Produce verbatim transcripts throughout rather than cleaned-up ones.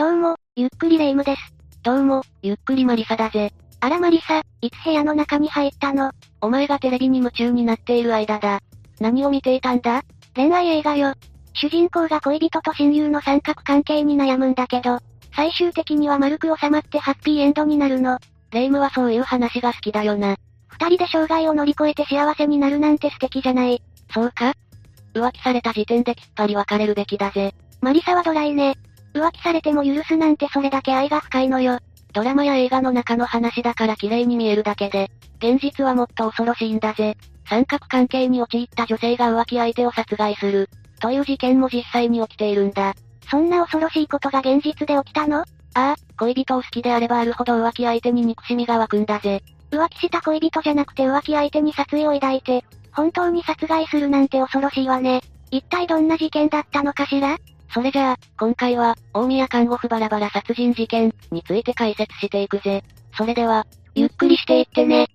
どうも、ゆっくりレ夢ムです。 どうも、ゆっくりマリサだぜ。 あらマリサ、いつ部屋の中に入ったの？ お前がテレビに夢中になっている間だ。何を見ていたんだ？ 恋愛映画よ。主人公が恋人と親友の三角関係に悩むんだけど、最終的には丸く収まってハッピーエンドになるの。 レ夢ムはそういう話が好きだよな。 二人で障害を乗り越えて幸せになるなんて素敵じゃない。 そうか？浮気された時点できっぱり別れるべきだぜ。 マリサはドライね。浮気されても許すなんてそれだけ愛が深いのよ。 ドラマや映画の中の話だから綺麗に見えるだけで、現実はもっと恐ろしいんだぜ。三角関係に陥った女性が浮気相手を殺害する、という事件も実際に起きているんだ。 そんな恐ろしいことが現実で起きたの？ ああ、恋人を好きであればあるほど浮気相手に憎しみが湧くんだぜ。 浮気した恋人じゃなくて浮気相手に殺意を抱いて、本当に殺害するなんて恐ろしいわね。一体どんな事件だったのかしら？ それじゃあ、今回は、大宮看護婦バラバラ殺人事件について解説していくぜ。それでは、 ゆっくりしていってね。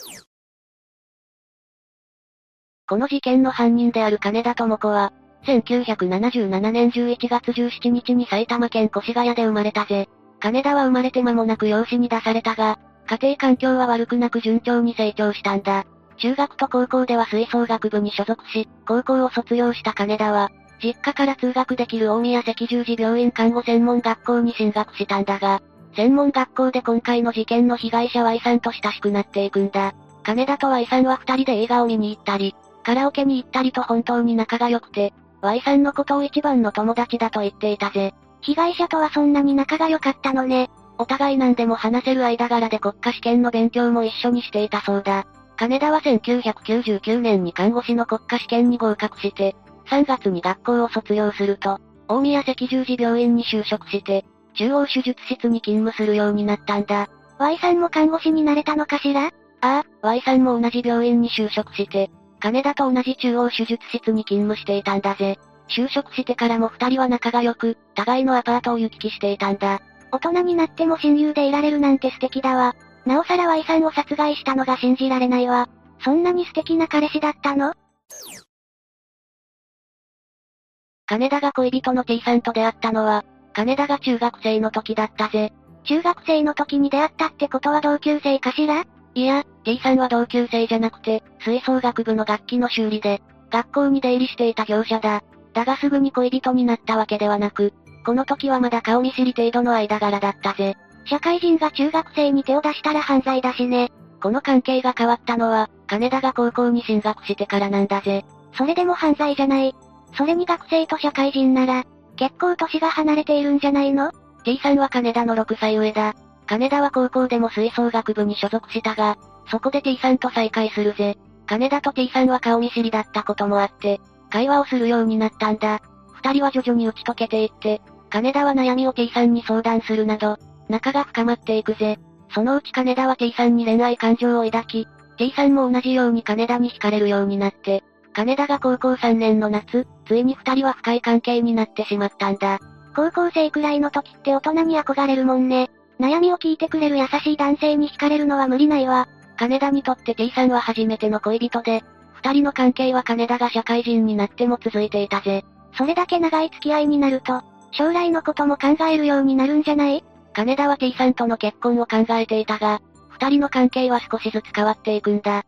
この事件の犯人である金田智子は、せんきゅうひゃくななじゅうななねんじゅういちがつじゅうしちにちに埼玉県越谷で生まれたぜ。金田は生まれて間もなく養子に出されたが、家庭環境は悪くなく順調に成長したんだ。中学と高校では吹奏楽部に所属し、高校を卒業した金田は、実家から通学できる大宮赤十字病院看護専門学校に進学したんだが、専門学校で今回の事件の被害者 Y さんと親しくなっていくんだ。金田と Y さんは二人で映画を見に行ったり、カラオケに行ったりと本当に仲が良くて、Y さんのことを一番の友達だと言っていたぜ。 被害者とはそんなに仲が良かったのね。 お互い何でも話せる間柄で国家試験の勉強も一緒にしていたそうだ。金田はせんきゅうひゃくきゅうじゅうきゅうねんに看護師の国家試験に合格して、さんがつに学校を卒業すると、大宮赤十字病院に就職して、中央手術室に勤務するようになったんだ。 Y さんも看護師になれたのかしら？ああ、Y さんも同じ病院に就職して、金田と同じ中央手術室に勤務していたんだぜ。就職してからも二人は仲が良く、互いのアパートを行き来していたんだ。 大人になっても親友でいられるなんて素敵だわ。なおさら Y さんを殺害したのが信じられないわ。そんなに素敵な彼氏だったの？ 金田が恋人の T さんと出会ったのは、金田が中学生の時だったぜ。 中学生の時に出会ったってことは同級生かしら？ いや、T さんは同級生じゃなくて、吹奏楽部の楽器の修理で、学校に出入りしていた業者だ。だがすぐに恋人になったわけではなく、この時はまだ顔見知り程度の間柄だったぜ。 社会人が中学生に手を出したら犯罪だしね。 この関係が変わったのは、金田が高校に進学してからなんだぜ。 それでも犯罪じゃない。それに学生と社会人なら、結構年が離れているんじゃないの？ T さんは金田のろくさい上だ。金田は高校でも吹奏楽部に所属したが、そこで T さんと再会するぜ。金田と T さんは顔見知りだったこともあって、会話をするようになったんだ。二人は徐々に打ち解けていって、金田は悩みを T さんに相談するなど、仲が深まっていくぜ。そのうち金田は T さんに恋愛感情を抱き、T さんも同じように金田に惹かれるようになって、金田が高校さんねんの夏、ついに二人は深い関係になってしまったんだ。 高校生くらいの時って大人に憧れるもんね。悩みを聞いてくれる優しい男性に惹かれるのは無理ないわ。 金田にとって T さんは初めての恋人で、二人の関係は金田が社会人になっても続いていたぜ。 それだけ長い付き合いになると、将来のことも考えるようになるんじゃない？ 金田は T さんとの結婚を考えていたが、二人の関係は少しずつ変わっていくんだ。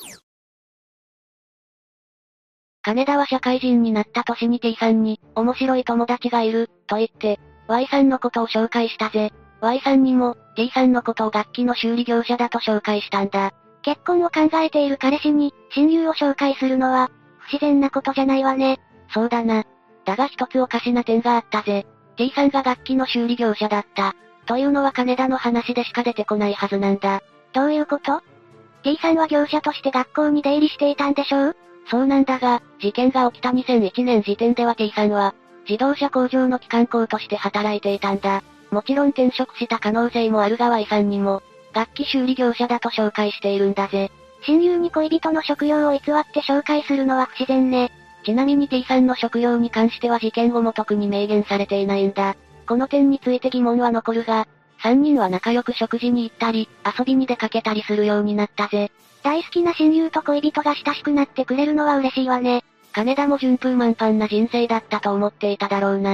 金田は社会人になった年に T さんに、面白い友達がいる、と言って、Y さんのことを紹介したぜ。Y さんにも、T さんのことを楽器の修理業者だと紹介したんだ。 結婚を考えている彼氏に、親友を紹介するのは、不自然なことじゃないわね。 そうだな。だが一つおかしな点があったぜ。T さんが楽器の修理業者だった。というのは金田の話でしか出てこないはずなんだ。 どういうこと？ T さんは業者として学校に出入りしていたんでしょう？ そうなんだが、事件が起きたにせんいちねん時点では T さんは、自動車工場の機関工として働いていたんだ。もちろん転職した可能性もあるが Y さんにも、楽器修理業者だと紹介しているんだぜ。 親友に恋人の職業を偽って紹介するのは不自然ね。 ちなみに T さんの職業に関しては事件後も特に明言されていないんだ。この点について疑問は残るが、三人は仲良く食事に行ったり、遊びに出かけたりするようになったぜ。 大好きな親友と恋人が親しくなってくれるのは嬉しいわね。 金田も順風満帆な人生だったと思っていただろうな。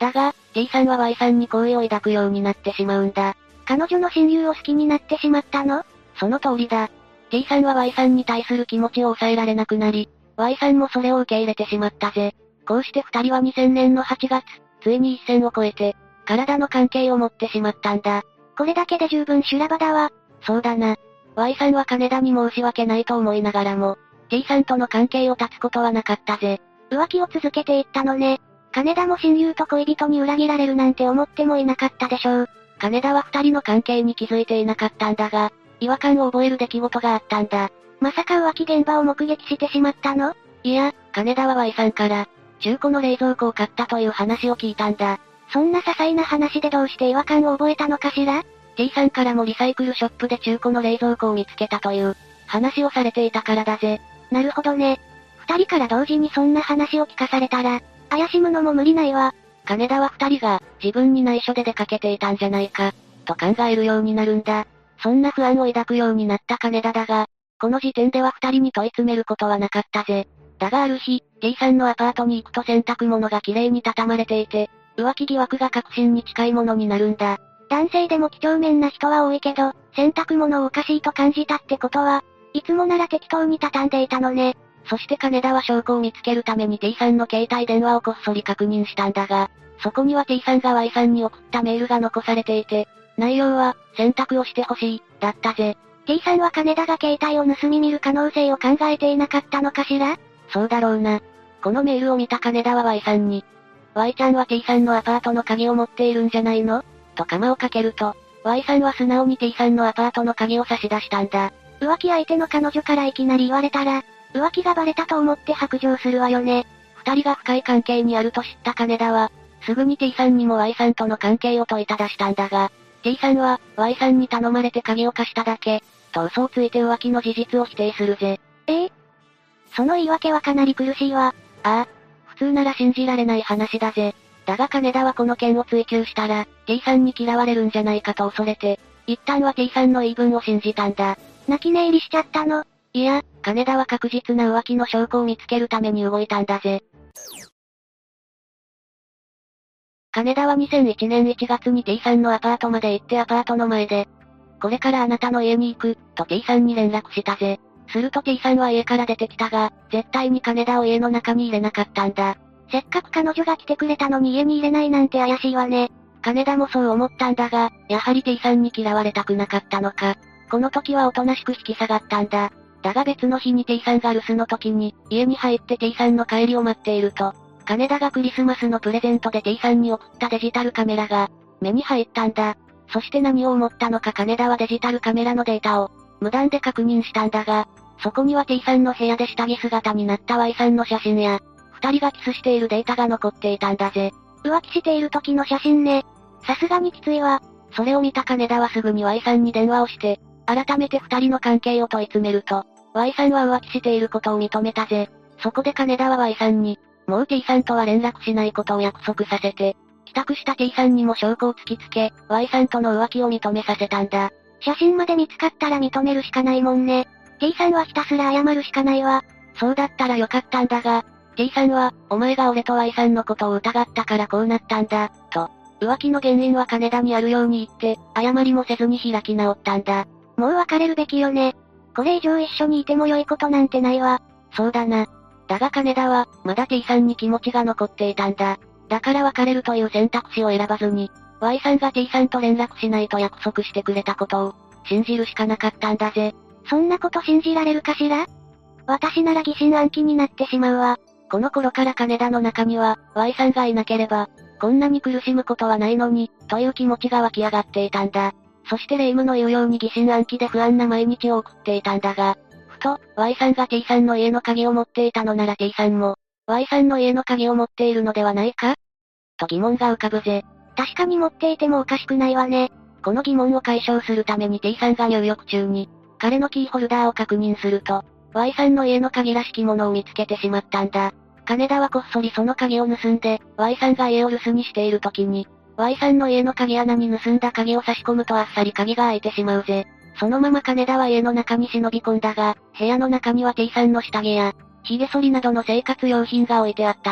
だが、T さんは Y さんに好意を抱くようになってしまうんだ。 彼女の親友を好きになってしまったの？ その通りだ。T さんは Y さんに対する気持ちを抑えられなくなり、Y さんもそれを受け入れてしまったぜ。こうして二人はにせんねんのはちがつ、ついに一線を越えて、体の関係を持ってしまったんだ。 これだけで十分修羅場だわ。 そうだな。Y さんは金田に申し訳ないと思いながらも、T さんとの関係を断つことはなかったぜ。 浮気を続けていったのね。金田も親友と恋人に裏切られるなんて思ってもいなかったでしょう。 金田は二人の関係に気づいていなかったんだが、違和感を覚える出来事があったんだ。 まさか浮気現場を目撃してしまったの？ いや、金田は Y さんから、中古の冷蔵庫を買ったという話を聞いたんだ。 そんな些細な話でどうして違和感を覚えたのかしら？ T さんからもリサイクルショップで中古の冷蔵庫を見つけたという話をされていたからだぜ。 なるほどね。二人から同時にそんな話を聞かされたら、怪しむのも無理ないわ。 金田は二人が自分に内緒で出かけていたんじゃないか、と考えるようになるんだ。そんな不安を抱くようになった金田だが、この時点では二人に問い詰めることはなかったぜ。だがある日、T さんのアパートに行くと洗濯物が綺麗に畳まれていて、浮気疑惑が確信に近いものになるんだ。 男性でも几帳面な人は多いけど、洗濯物をおかしいと感じたってことは、いつもなら適当に畳んでいたのね。 そして金田は証拠を見つけるために T さんの携帯電話をこっそり確認したんだが、そこには T さんが Y さんに送ったメールが残されていて、内容は、洗濯をしてほしい、だったぜ。 T さんは金田が携帯を盗み見る可能性を考えていなかったのかしら？ そうだろうな。このメールを見た金田は Y さんに、Y ちゃんは T さんのアパートの鍵を持っているんじゃないの？と釜をかけると、Y さんは素直に T さんのアパートの鍵を差し出したんだ。 浮気相手の彼女からいきなり言われたら、浮気がバレたと思って白状するわよね。 二人が深い関係にあると知った金田は、すぐに T さんにも Y さんとの関係を問いただしたんだが、T さんは、Y さんに頼まれて鍵を貸しただけ、と嘘をついて浮気の事実を否定するぜ。 ええ？その言い訳はかなり苦しいわ。 ああ、普通なら信じられない話だぜ。だが金田はこの件を追及したら、T さんに嫌われるんじゃないかと恐れて、一旦は T さんの言い分を信じたんだ。 泣き寝入りしちゃったの？ いや、金田は確実な浮気の証拠を見つけるために動いたんだぜ。金田はにせんいちねんいちがつに T さんのアパートまで行ってアパートの前で、これからあなたの家に行く、と T さんに連絡したぜ。すると T さんは家から出てきたが、絶対に金田を家の中に入れなかったんだ。 せっかく彼女が来てくれたのに家に入れないなんて怪しいわね。 金田もそう思ったんだが、やはり T さんに嫌われたくなかったのか。この時はおとなしく引き下がったんだ。だが別の日に T さんが留守の時に、家に入って T さんの帰りを待っていると、金田がクリスマスのプレゼントで T さんに送ったデジタルカメラが、目に入ったんだ。そして何を思ったのか金田はデジタルカメラのデータを、無断で確認したんだが、そこには T さんの部屋で下着姿になった Y さんの写真や、二人がキスしているデータが残っていたんだぜ。 浮気している時の写真ね。さすがにきついわ。 それを見た金田はすぐに Y さんに電話をして、改めて二人の関係を問い詰めると、Y さんは浮気していることを認めたぜ。そこで金田は Y さんに、もう T さんとは連絡しないことを約束させて、帰宅した T さんにも証拠を突きつけ、Y さんとの浮気を認めさせたんだ。 写真まで見つかったら認めるしかないもんね。T さんはひたすら謝るしかないわ。 そうだったらよかったんだが、T さんは、お前が俺と Y さんのことを疑ったからこうなったんだ、と。浮気の原因は金田にあるように言って、謝りもせずに開き直ったんだ。 もう別れるべきよね。これ以上一緒にいても良いことなんてないわ。 そうだな。だが金田は、まだ T さんに気持ちが残っていたんだ。だから別れるという選択肢を選ばずに、Y さんが T さんと連絡しないと約束してくれたことを、信じるしかなかったんだぜ。 そんなこと信じられるかしら？私なら疑心暗鬼になってしまうわ。 この頃から金田の中には、Y さんがいなければ、こんなに苦しむことはないのに、という気持ちが湧き上がっていたんだ。そして霊夢の言うように疑心暗鬼で不安な毎日を送っていたんだが、ふと、Y さんが T さんの家の鍵を持っていたのなら T さんも、Y さんの家の鍵を持っているのではないか？と疑問が浮かぶぜ。 確かに持っていてもおかしくないわね。 この疑問を解消するために T さんが入浴中に、彼のキーホルダーを確認すると、Y さんの家の鍵らしきものを見つけてしまったんだ。金田はこっそりその鍵を盗んで、Y さんが家を留守にしている時に、Y さんの家の鍵穴に盗んだ鍵を差し込むとあっさり鍵が開いてしまうぜ。そのまま金田は家の中に忍び込んだが、部屋の中には T さんの下着や、髭剃りなどの生活用品が置いてあったぜ。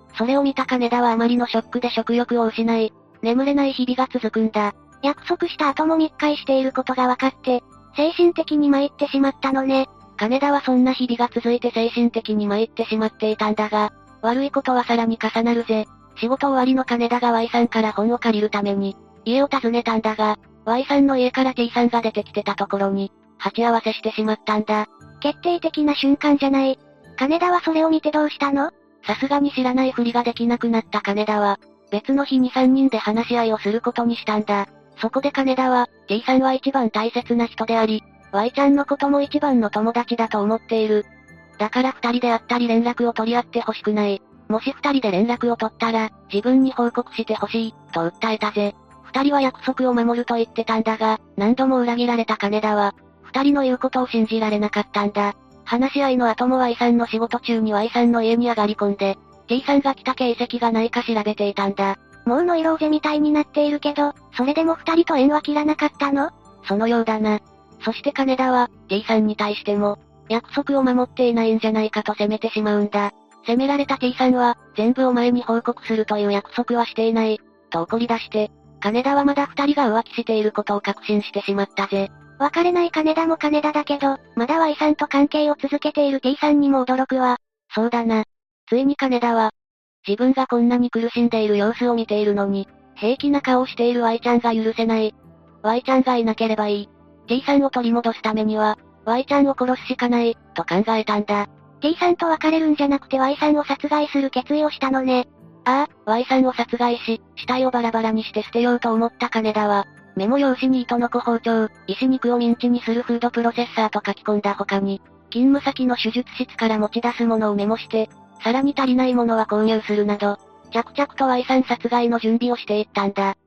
それを見た金田はあまりのショックで食欲を失い、眠れない日々が続くんだ。 約束した後も密会していることが分かって、精神的に参ってしまったのね。 金田はそんな日々が続いて精神的に参ってしまっていたんだが、悪いことはさらに重なるぜ。仕事終わりの金田が Y さんから本を借りるために、家を訪ねたんだが、Y さんの家から T さんが出てきてたところに、鉢合わせしてしまったんだ。 決定的な瞬間じゃない。金田はそれを見てどうしたの？ さすがに知らないふりができなくなった金田は、別の日にさんにんで話し合いをすることにしたんだ。そこで金田は、T さんは一番大切な人であり、Y ちゃんのことも一番の友達だと思っている。だから二人で会ったり連絡を取り合ってほしくない。もし二人で連絡を取ったら、自分に報告してほしい、と訴えたぜ。二人は約束を守ると言ってたんだが、何度も裏切られた金田は、二人の言うことを信じられなかったんだ。話し合いの後も Y さんの仕事中に Y さんの家に上がり込んで、T さんが来た形跡がないか調べていたんだ。 もうノイローゼみたいになっているけど、それでも二人と縁は切らなかったの？ そのようだな。そして金田は、T さんに対しても、約束を守っていないんじゃないかと責めてしまうんだ。責められた T さんは、全部お前に報告するという約束はしていない、と怒り出して、金田はまだ二人が浮気していることを確信してしまったぜ。 別れない金田も金田だけど、まだ Y さんと関係を続けている T さんにも驚くわ。 そうだな。ついに金田は、自分がこんなに苦しんでいる様子を見ているのに、平気な顔をしている Y ちゃんが許せない。Y ちゃんがいなければいい。T さんを取り戻すためには、Y ちゃんを殺すしかない、と考えたんだ。 T さんと別れるんじゃなくて Y さんを殺害する決意をしたのね。 ああ、Y さんを殺害し、死体をバラバラにして捨てようと思った金田は、メモ用紙に糸の子包丁、石肉をミンチにするフードプロセッサーと書き込んだ他に、勤務先の手術室から持ち出すものをメモして、さらに足りないものは購入するなど、着々と Y さん殺害の準備をしていったんだ。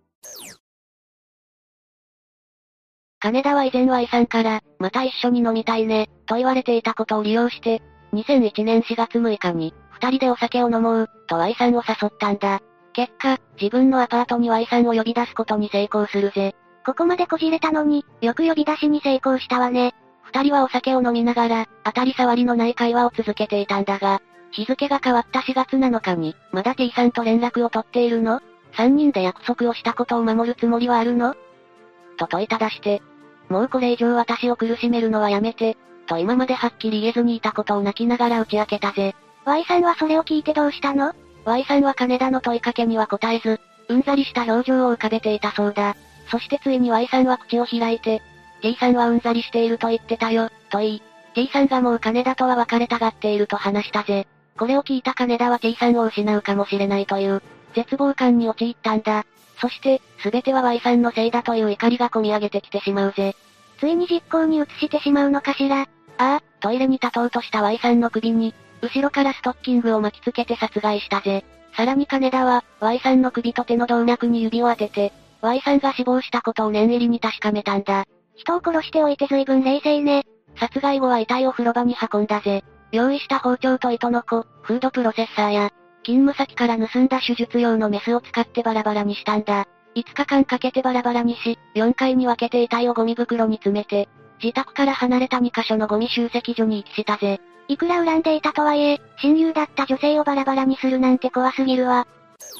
金田は以前 Y さんから、また一緒に飲みたいね、と言われていたことを利用して、にせんいちねんしがつむいかに、二人でお酒を飲もう、と Y さんを誘ったんだ。結果、自分のアパートに Y さんを呼び出すことに成功するぜ。 ここまでこじれたのに、よく呼び出しに成功したわね。 二人はお酒を飲みながら、当たり障りのない会話を続けていたんだが、日付が変わったしがつなのかに、まだ T さんと連絡を取っているの？三人で約束をしたことを守るつもりはあるの？と問いただして、もうこれ以上私を苦しめるのはやめて、と今まではっきり言えずにいたことを泣きながら打ち明けたぜ。 Y さんはそれを聞いてどうしたの？ Y さんは金田の問いかけには答えず、うんざりした表情を浮かべていたそうだ。そしてついに Y さんは口を開いて、T さんはうんざりしていると言ってたよ、と言い、T さんがもう金田とは別れたがっていると話したぜ。これを聞いた金田は T さんを失うかもしれないという、絶望感に陥ったんだ。そして、すべては Y さんのせいだという怒りが込み上げてきてしまうぜ。 ついに実行に移してしまうのかしら。 ああ、トイレに立とうとした Y さんの首に、後ろからストッキングを巻きつけて殺害したぜ。さらに金田は、Y さんの首と手の動脈に指を当てて、Y さんが死亡したことを念入りに確かめたんだ。 人を殺しておいて随分冷静ね。 殺害後は遺体を風呂場に運んだぜ。用意した包丁と糸の子、フードプロセッサーや、勤務先から盗んだ手術用のメスを使ってバラバラにしたんだ。いつかかんかけてバラバラにし、よんかいに分けて遺体をゴミ袋に詰めて、自宅から離れたにかしょのゴミ集積所に遺棄したぜ。 いくら恨んでいたとはいえ、親友だった女性をバラバラにするなんて怖すぎるわ。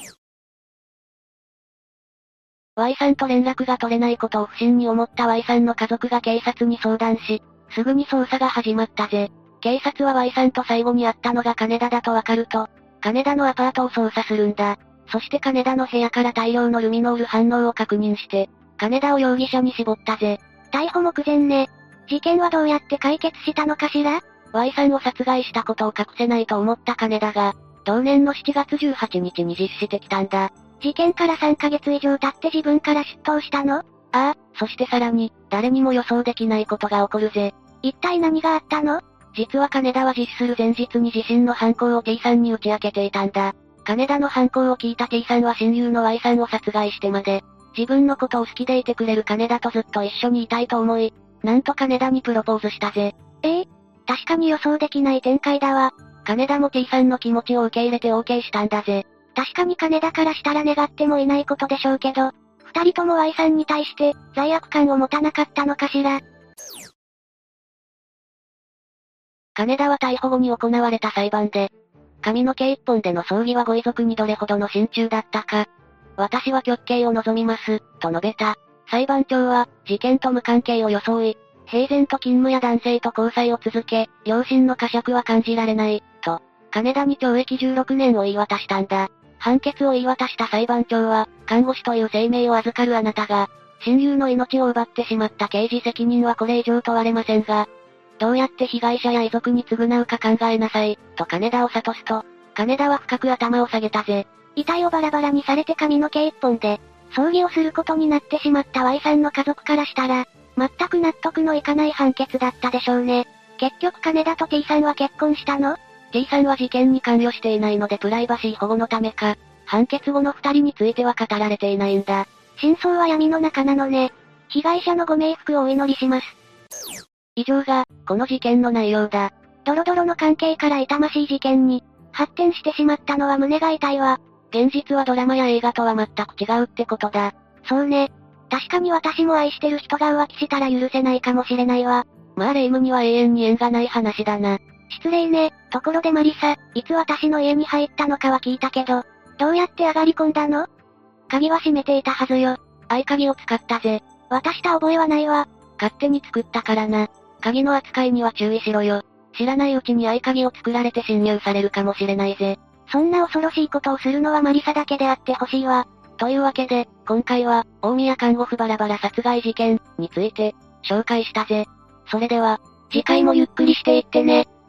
Y さんと連絡が取れないことを不審に思った Y さんの家族が警察に相談し、すぐに捜査が始まったぜ。警察は Y さんと最後に会ったのが金田だとわかると、金田のアパートを捜査するんだ。そして金田の部屋から大量のルミノール反応を確認して、金田を容疑者に絞ったぜ。 逮捕目前ね。事件はどうやって解決したのかしら？ Y さんを殺害したことを隠せないと思った金田が、同年のしちがつじゅうはちにちに実施してきたんだ。 事件からさんかげつ以上経って自分から出頭したの？ああ、そしてさらに、誰にも予想できないことが起こるぜ。 一体何があったの？ 実は金田は実施する前日に自身の犯行を T さんに打ち明けていたんだ。金田の犯行を聞いた T さんは親友の Y さんを殺害してまで、自分のことを好きでいてくれる金田とずっと一緒にいたいと思い、なんと金田にプロポーズしたぜ。 ええ、確かに予想できない展開だわ。 金田も T さんの気持ちを受け入れて OK したんだぜ。 確かに金田からしたら願ってもいないことでしょうけど、二人とも Y さんに対して罪悪感を持たなかったのかしら。 金田は逮捕後に行われた裁判で、 髪の毛一本での葬儀はご遺族にどれほどの心中だったか。私は極刑を望みます、と述べた。裁判長は、事件と無関係を装い、平然と勤務や男性と交際を続け、良心の呵責は感じられない、と、金田に懲役じゅうろくねんを言い渡したんだ。判決を言い渡した裁判長は、看護師という生命を預かるあなたが、親友の命を奪ってしまった刑事責任はこれ以上問われませんが、どうやって被害者や遺族に償うか考えなさい、と金田を諭すと、金田は深く頭を下げたぜ。 遺体をバラバラにされて髪の毛一本で、葬儀をすることになってしまった Y さんの家族からしたら、全く納得のいかない判決だったでしょうね。結局金田と T さんは結婚したの？ T さんは事件に関与していないのでプライバシー保護のためか、判決後の二人については語られていないんだ。 真相は闇の中なのね。被害者のご冥福をお祈りします。 以上が、この事件の内容だ。 ドロドロの関係から痛ましい事件に、発展してしまったのは胸が痛いわ。 現実はドラマや映画とは全く違うってことだ。 そうね。確かに私も愛してる人が浮気したら許せないかもしれないわ。 まあ霊夢には永遠に縁がない話だな。 失礼ね。ところでマリサ、いつ私の家に入ったのかは聞いたけど、どうやって上がり込んだの？鍵は閉めていたはずよ。 合鍵を使ったぜ。 渡した覚えはないわ。 勝手に作ったからな。鍵の扱いには注意しろよ。知らないうちに合鍵を作られて侵入されるかもしれないぜ。 そんな恐ろしいことをするのはマリサだけであってほしいわ。 というわけで、今回は、大宮看護婦バラバラ殺害事件について、紹介したぜ。それでは、 次回もゆっくりしていってね。